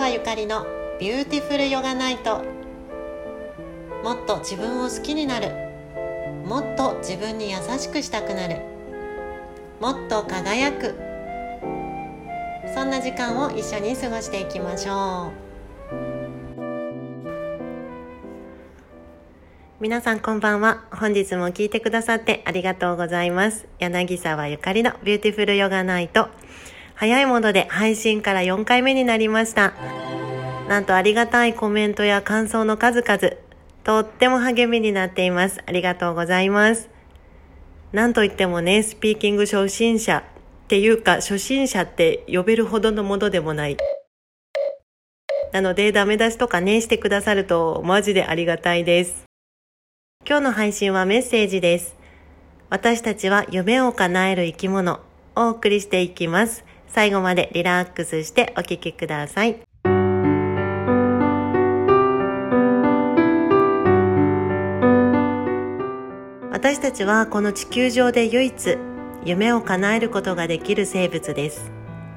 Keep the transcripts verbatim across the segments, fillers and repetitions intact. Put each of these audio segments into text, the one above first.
沢ゆかりのビューティフルヨガナイト。もっと自分を好きになる、もっと自分に優しくしたくなる、もっと輝く、そんな時間を一緒に過ごしていきましょう。皆さんこんばんは。本日も聞いてくださってありがとうございます。柳沢ゆかりのビューティフルヨガナイト、早いもので配信からよんかいめになりました。なんとありがたいコメントや感想の数々、とっても励みになっています。ありがとうございます。なんといってもね、スピーキング初心者っていうか初心者って呼べるほどのものでもない。なのでダメ出しとかねしてくださるとマジでありがたいです。今日の配信はメッセージです。私たちは夢を叶える生き物をお送りしていきます。最後までリラックスしてお聞きください。私たちはこの地球上で唯一夢を叶えることができる生物です。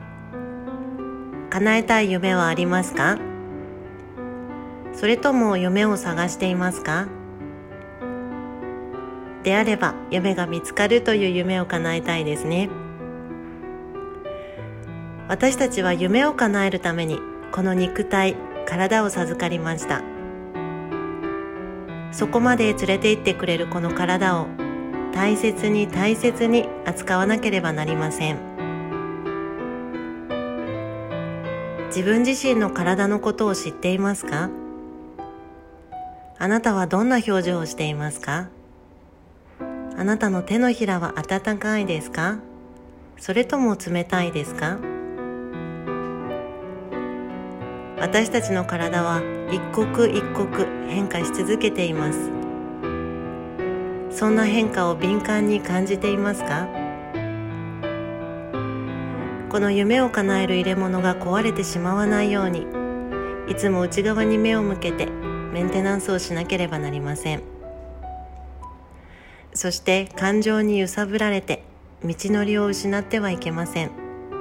叶えたい夢はありますか？それとも夢を探していますか？であれば夢が見つかるという夢を叶えたいですね。私たちは夢を叶えるためにこの肉体、体を授かりました。そこまで連れて行ってくれるこの体を大切に大切に扱わなければなりません。自分自身の体のことを知っていますか？あなたはどんな表情をしていますか？あなたの手のひらは温かいですか？それとも冷たいですか？私たちの体は一刻一刻変化し続けています。そんな変化を敏感に感じていますか？この夢を叶える入れ物が壊れてしまわないように、いつも内側に目を向けてメンテナンスをしなければなりません。そして感情に揺さぶられて道のりを失ってはいけません。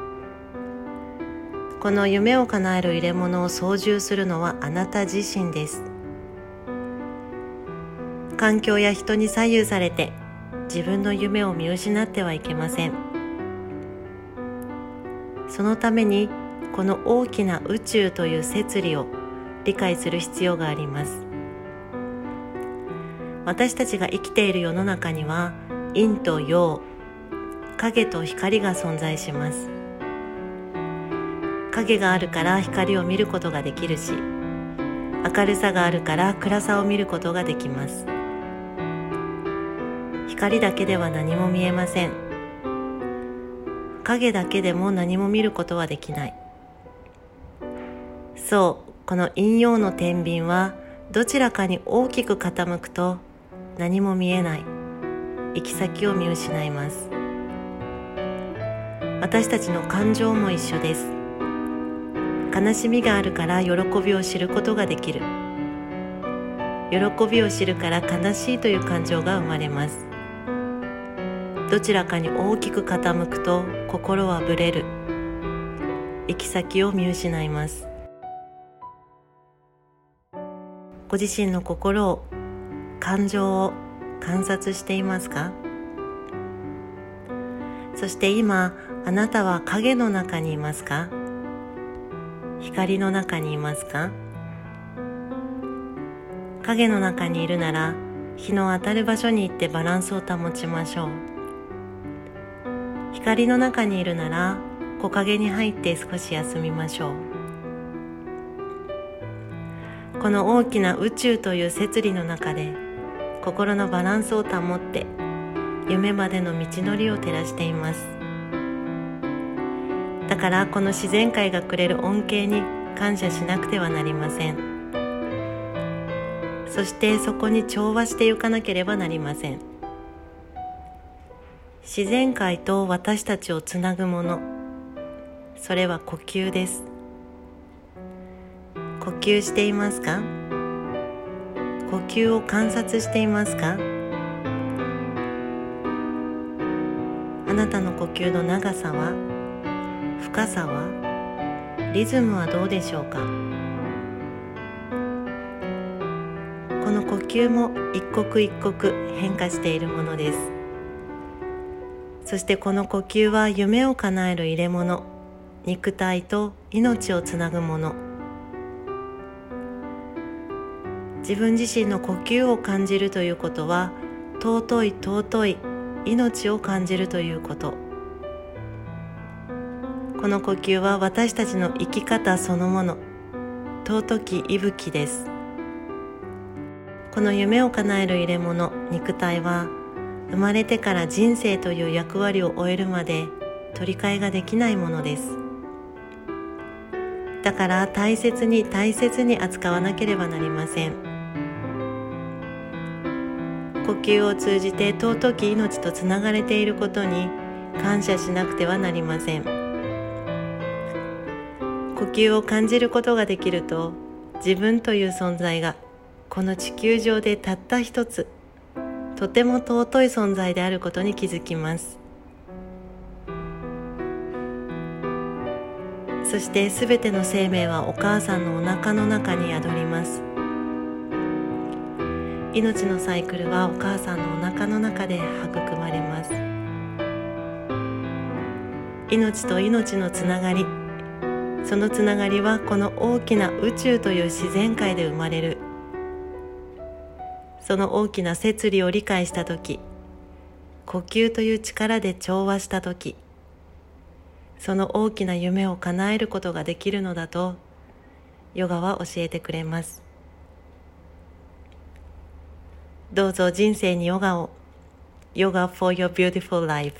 この夢を叶える入れ物を操縦するのはあなた自身です。環境や人に左右されて自分の夢を見失ってはいけません。そのためにこの大きな宇宙という摂理を理解する必要があります。私たちが生きている世の中には陰と陽、影と光が存在します。影があるから光を見ることができるし、明るさがあるから暗さを見ることができます。光だけでは何も見えません。影だけでも何も見ることはできない。そう、この陰陽の天秤はどちらかに大きく傾くと何も見えない、行き先を見失います。私たちの感情も一緒です。悲しみがあるから喜びを知ることができる。喜びを知るから悲しいという感情が生まれます。どちらかに大きく傾くと心はぶれる。行き先を見失います。ご自身の心を、感情を観察していますか？そして今、あなたは影の中にいますか？光の中にいますか？影の中にいるなら、日の当たる場所に行ってバランスを保ちましょう。光の中にいるなら、木陰に入って少し休みましょう。この大きな宇宙という摂理の中で、心のバランスを保って、夢までの道のりを照らしています。だからこの自然界がくれる恩恵に感謝しなくてはなりません。そしてそこに調和してゆかなければなりません。自然界と私たちをつなぐもの、それは呼吸です。呼吸していますか？呼吸を観察していますか？あなたの呼吸の長さは、深さは、 リズムはどうでしょうか。この呼吸も一刻一刻変化しているものです。そしてこの呼吸は夢を叶える入れ物、肉体と命をつなぐもの。自分自身の呼吸を感じるということは、尊い尊い命を感じるということ。この呼吸は私たちの生き方そのもの、尊き息吹です。この夢を叶える入れ物、肉体は生まれてから人生という役割を終えるまで取り替えができないものです。だから大切に大切に扱わなければなりません。呼吸を通じて尊き命とつながれていることに感謝しなくてはなりません。呼吸を感じることができると、自分という存在がこの地球上でたった一つ、とても尊い存在であることに気づきます。そしてすべての生命はお母さんのお腹の中に宿ります。命のサイクルはお母さんのお腹の中で育まれます。命と命のつながり、そのつながりはこの大きな宇宙という自然界で生まれる。その大きな摂理を理解したとき、呼吸という力で調和したとき、その大きな夢を叶えることができるのだとヨガは教えてくれます。どうぞ人生にヨガを。Yoga for your beautiful life。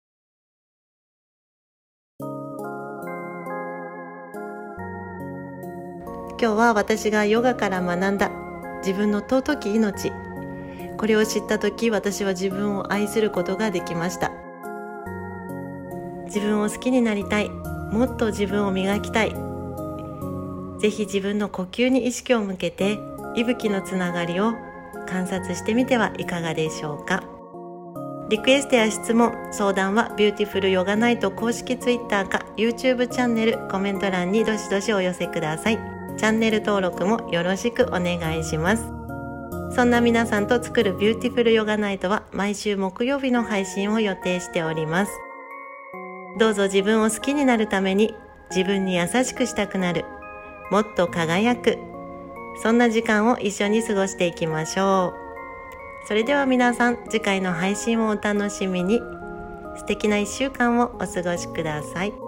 今日は私がヨガから学んだ自分の尊き命、これを知ったとき、私は自分を愛することができました。自分を好きになりたい、もっと自分を磨きたい。ぜひ自分の呼吸に意識を向けて、息吹のつながりを観察してみてはいかがでしょうか。リクエストや質問、相談はビューティフルヨガナイト公式ツイッターか YouTube チャンネルコメント欄にどしどしお寄せください。チャンネル登録もよろしくお願いします。そんな皆さんと作るビューティフルヨガナイトは毎週木曜日の配信を予定しております。どうぞ自分を好きになるために、自分に優しくしたくなる、もっと輝く、そんな時間を一緒に過ごしていきましょう。それでは皆さん、次回の配信をお楽しみに。素敵ないっしゅうかんをお過ごしください。